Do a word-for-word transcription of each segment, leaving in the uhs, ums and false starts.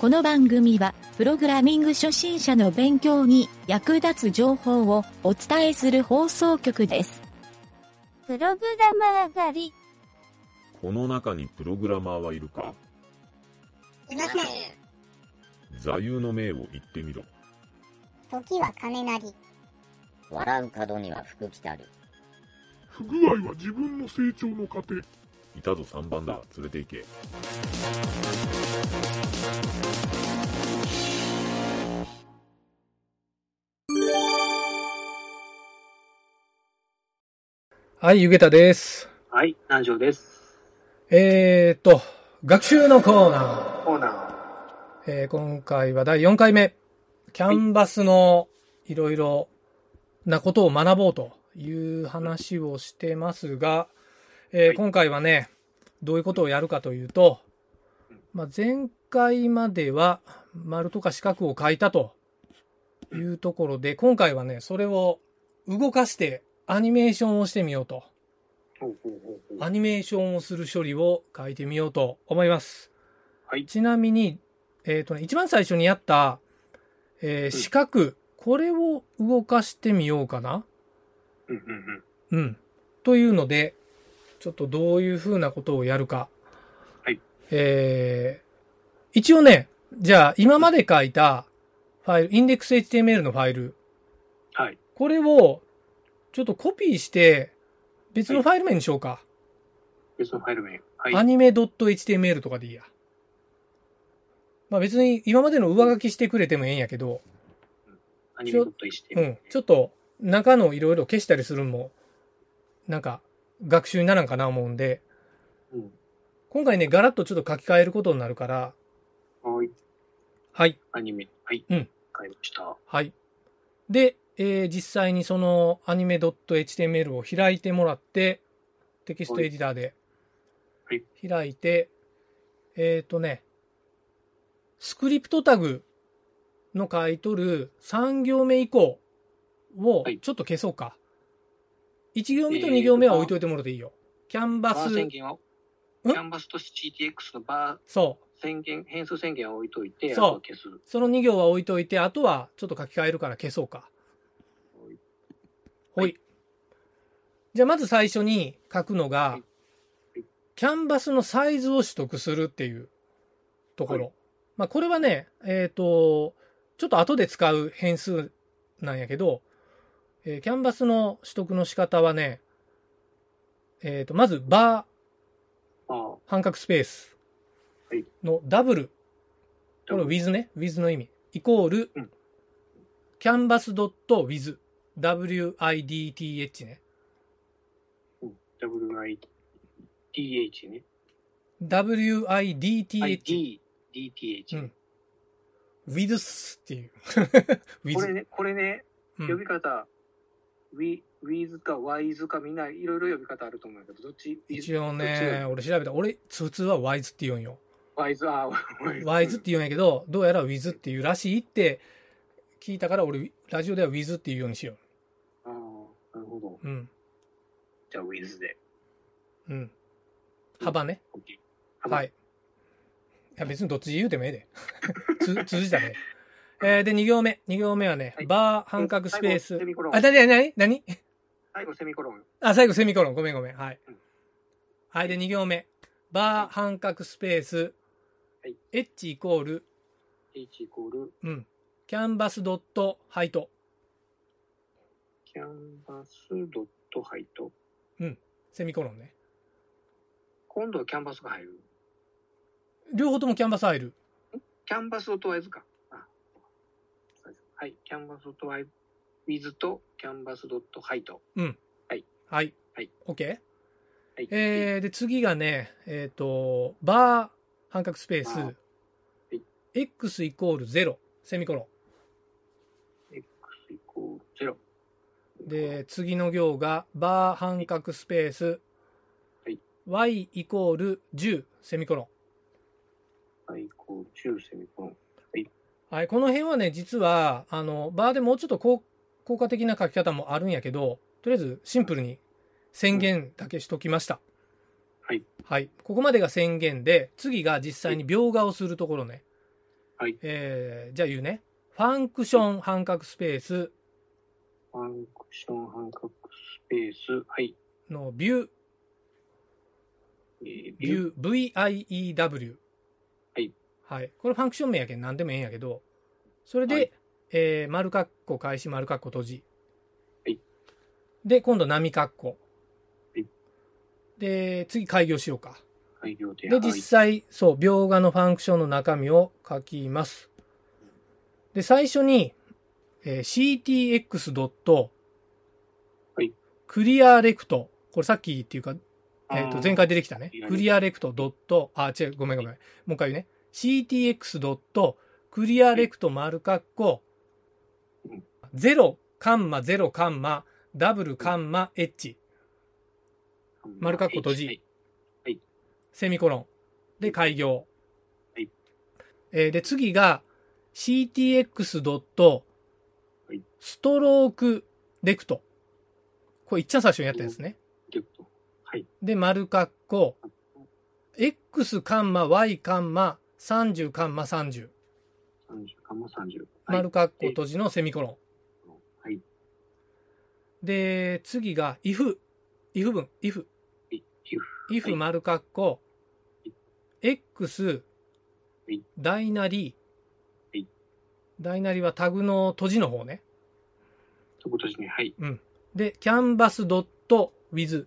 の番組は、プログラミング初心者の勉強に役立つ情報をお伝えする放送局です。 プログラマー狩り。 この中にプログラマーはいるか？ いません。 座右の銘を言ってみろ。 時は金なり。 笑う門には福来たる。 不具合は自分の成長の過程。 いたぞさんばんだ、連れて行け。 はい、ゆげたです。 はい、南條です。 えーっと、学習のコーナー。 コーナー。 えー、今回はだいよんかいめ。キャンバスのいろいろなことを学ぼうという話をしてますが、えーはい、今回はね、どういうことをやるかというと、まあ、前回までは丸とか四角を書いたというところで、今回はね、それを動かしてアニメーションをしてみようと。アニメーションをする処理を書いてみようと思います。 はい、 ちなみに、えーとね、一番最初にやった、えー、四角、うん、これを動かしてみようかな。 うんうんうん。うん。というので、ちょっとどういうふうなことをやるか。 はい。 えー、一応ね、じゃあ今まで書いたファイル、インデックス エイチティーエムエル のファイル。 はい。 これをちょっとコピーして別のファイル名にしようか。はい、 別のファイル名。はい。 アニメ ドットエイチティーエムエル とかでいいや。まあ別に今までの上書きしてくれてもええんやけど。 アニメ ドットエイチティーエムエル。 うん。ちょっと中のいろいろ消したりするのも、なんか学習にならんかな思うんで、 うん、 今回ね、ガラッとちょっと書き換えることになるから、 はい。 はい。 アニメ、はい。 うん。 書きました。 はい。で、えー、実際にそのアニメ ドットエイチティーエムエル を開いてもらって、テキストエディターで開いて、はい、えっとね、スクリプトタグの書いとるさん行目以降をちょっと消そうか。はい、いち行目とに行目は置いといてもらっていいよ。キャンバス。 バー宣言はキャンバスと シーティーエックス のバーそう宣言、変数宣言は置いといて、 そうあとは消す。 そのに行は置いといて、あとはちょっと書き換えるから消そうか。 はい。 ほい。じゃあまず最初に書くのが、はい、キャンバスのサイズを取得するっていうところ。はい、まあこれはね、えっと、ちょっと後で使う変数なんやけど、えー、キャンバスの取得の仕方はね、えっと、まずバー、半角スペースのダブル、これ with ね、with の意味、イコール、うん、canvas.with、width ね。 width ね。 width。 idth。 うん。with っていう。 これね、これね、うん、呼び方、We、with か wise かみんないろいろ呼び方あると思うんだけど、どっち？ 一応ね、俺調べた。俺、普通は wise って言うんよ。 wise、あ、 wise って言うんやけど、どうやら with っていうらしいって聞いたから、俺、ラジオでは with っていうようにしよう。ああ、なるほど。 うん。 じゃあ with で。 うん。幅ね。 幅。 はい。いや、別にどっち言うてもええで。つ通じたね。えー、で、に行目。に行目はね、はい、バー、半角スペース。あ、なになになに最後セミコロン。 あ、最後セミコロン。ごめんごめん。はい。うん、はい、で、に行目。バー、半角スペース。はい。h イコール。 h イコール。 うん。キャンバスドットハイト。 キャンバスドットハイト。 うん。セミコロンね。 今度はキャンバスが入る。 両方ともキャンバス入る。 キャンバスドットワイズか。はい、キャンバスドットワイズとキャンバスドットハイト。 うん。 はい。 はい。 はい。 OK？ はい。 えー、で、次がね、えっと、バー、半角スペース、はい、x イコールゼロ、セミコロン。x イコールゼロ。 で、次の行が、バー、半角スペース、 はい、 y イコールじゅう、セミコロン。y イコールじゅう、セミコロン。 はい、この辺はね、実は、あの、バーでもうちょっと効果的な書き方もあるんやけど、とりあえずシンプルに宣言だけしときました。 はい。 はい。ここまでが宣言で、次が実際に描画をするところね。 はい。 えー、じゃあ言うね。ファンクション半角スペース。 ファンクション半角スペース。はい。 のビュー。 えー、 ビュー、ブイアイイーダブリュー。 はい。 はい。これファンクション名やけん何でもええんやけど、それで、はい、えー、丸括弧開始、丸括弧閉じ。 はい。 で、今度波括弧。 はい。 で、次開業しようか。 開業で。 で、実際、そう、描画のファンクションの中身を書きます。で、最初に、えー、シーティーエックス ドット、 はい。 クリアレクト。これさっきっていうか、えっと、前回出てきたね。クリアレクトドット、あ、違う、ごめんごめん。もう一回言うね。シーティーエックス ドット、クリアレクト丸括弧、ゼロ、カンマ、ゼロ、カンマ、ダブル、カンマ、エッジ。丸括弧閉じ。 はい。 セミコロン。で、開業。 はい。 えー、で、次が、シーティーエックス ドット、ストロークレクト。これいっちゃん最初にやったやつね。 レクト。はい。 で、丸括弧、X カンマ Y カンマさんじゅうカンマさんじゅう。 さんじゅうカンマさんじゅう。 丸括弧閉じのセミコロン。 はい。 で、次が if。if 文。if。if 丸括弧、X、大なり、大なりはタグの閉じの方ね。 タグ閉じね。はい。 うん。で、キャンバスドット with。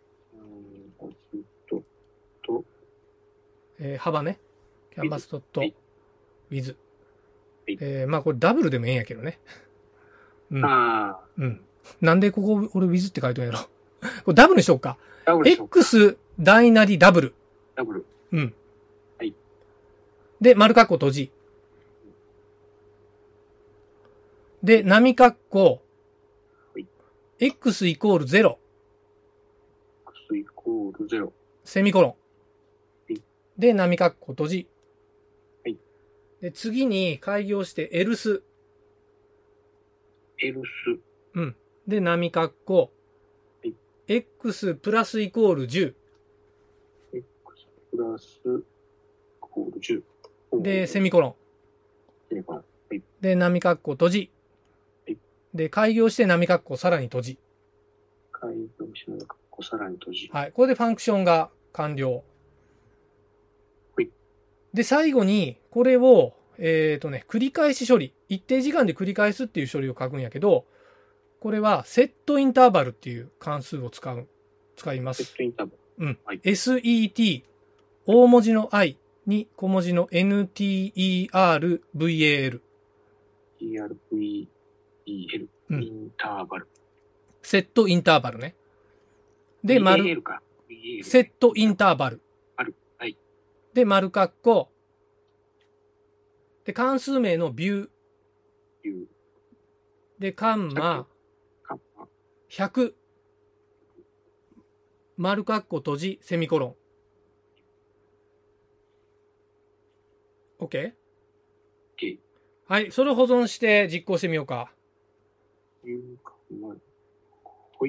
えー、幅ね。キャンバスドット with。えー、まあこれダブルでもええんやけどね。うん。 ああ。 うん。なんでここ俺 with って書いてんやろ。これダブルにしようか。ダブルしようか。X 大なりダブル。 ダブル。 うん。 はい。 で、丸括弧閉じ。で、波括弧。 はい。 X イコールゼロ。 X イコールゼロ。 セミコロン。 はい。 で、波括弧閉じ。 はい。 で、次に開業して else。 else。 うん。で、波括弧。はい。X プラスイコールじゅう。X プラスイコールじゅう。 で、セミコロン。 セミコロン。はい。 で、波括弧閉じ。 はい。 で、開業して波括弧さらに閉じ。 開業して波括弧さらに閉じ。 はい。これでファンクションが完了。 はい。 で、最後に、これを、えっとね、繰り返し処理。一定時間で繰り返すっていう処理を書くんやけど、これは、セットインターバルっていう関数を使う、使います。 セットインターバル。うん。 はい、 セット、大文字の I に小文字の エヌティーイーアールブイエーエル。 イーアールブイエーエル。 うん。 インターバル。 セットインターバルね。で、丸、セットインターバル。 ある。はい。 で、丸括弧。で、関数名のビュー。 ビュー。 で、カンマ。ひゃく。丸括弧閉じ、セミコロン。OK？ OK。 はい。それを保存して実行してみようか。 ほいって、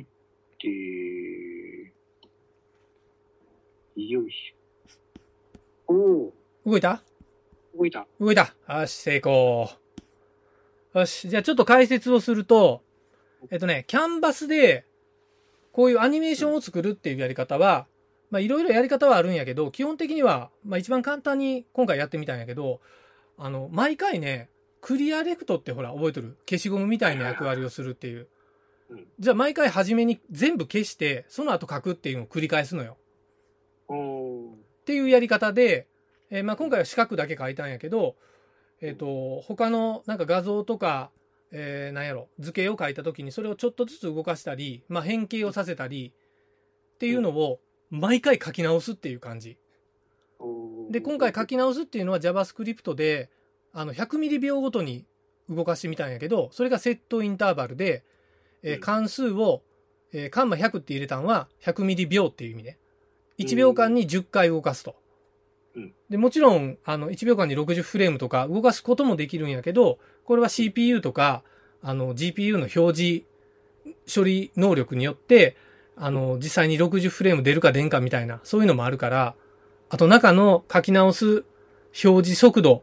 よいしょ。おー。動いた？ 動いた。 動いた。よし、成功。よし。じゃあちょっと解説をすると、えっとね、キャンバスで、こういうアニメーションを作るっていうやり方は、まあいろいろやり方はあるんやけど、基本的には、まあ一番簡単に今回やってみたんやけど、あの、毎回ね、クリアレクトってほら、覚えてる？消しゴムみたいな役割をするっていう。じゃあ毎回初めに全部消して、その後書くっていうのを繰り返すのよ。っていうやり方で、えー、まあ今回は四角だけ書いたんやけど、えっと、他のなんか画像とか、えー、なんやろ、図形を書いたときにそれをちょっとずつ動かしたり、まあ変形をさせたりっていうのを毎回書き直すっていう感じ。で、今回書き直すっていうのは JavaScript で、あの、ひゃくミリびょうごとに動かしてみたんやけど、それがセットインターバルで、えー、関数を、えー、カンマひゃくって入れたんはひゃくミリびょうっていう意味ね。いちびょうかんにじゅっかい動かすと。で、もちろん、あの、いちびょうかんにろくじゅうフレームとか動かすこともできるんやけど、これは シーピーユー とか、あの、ジーピーユー の表示処理能力によって、あの、実際にろくじゅうフレーム出るか出んかみたいな、そういうのもあるから、あと中の書き直す表示速度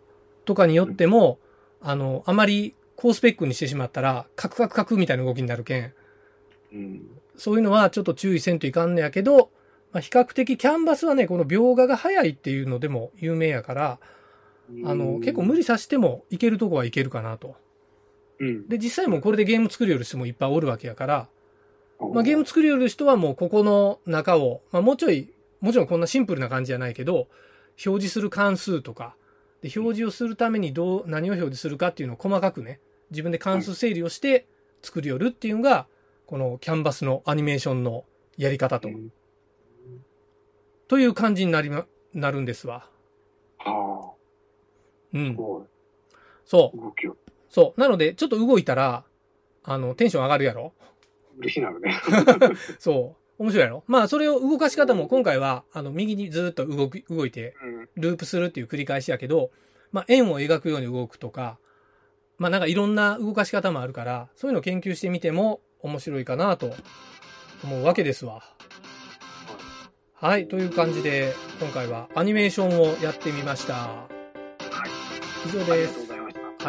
とかによっても、あの、あまり高スペックにしてしまったら、カクカクカクみたいな動きになるけん。 うん。 そういうのはちょっと注意せんといかんのやけど、まあ、比較的キャンバスはね、この描画が早いっていうのでも有名やから、あの、結構無理させてもいけるとこはいけるかなと。 うん。 で、実際もうこれでゲーム作りよる人もいっぱいおるわけやから、まあ、ゲーム作りよる人はもうここの中を、まあ、もうちょい、もちろんこんなシンプルな感じじゃないけど、表示する関数とか、で表示をするためにどう、何を表示するかっていうのを細かくね、自分で関数整理をして作りよるっていうのが、このキャンバスのアニメーションのやり方と。うん、という感じになりま、なるんですわ。 ああ。 うん。 すごい。 そう。 動きを。 そう。なので、ちょっと動いたら、あの、テンション上がるやろ？ 嬉しいなるね。 そう。面白いやろ？まあ、それを動かし方も今回は、あの、右にずっと動き、動いて、ループするっていう繰り返しやけど、まあ、円を描くように動くとか、まあ、なんかいろんな動かし方もあるから、そういうのを研究してみても面白いかなと思うわけですわ。はい。という感じで、今回はアニメーションをやってみました。はい。以上です。ありがとうございました。はい。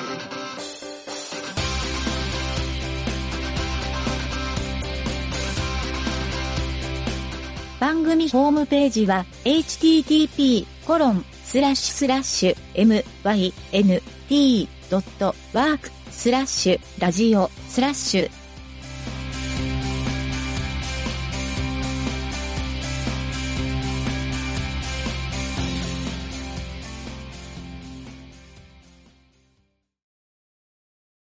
番組ホームページは エイチティーティーピーコロンスラッシュスラッシュエムワイエヌティードットワークスラッシュラジオスラッシュ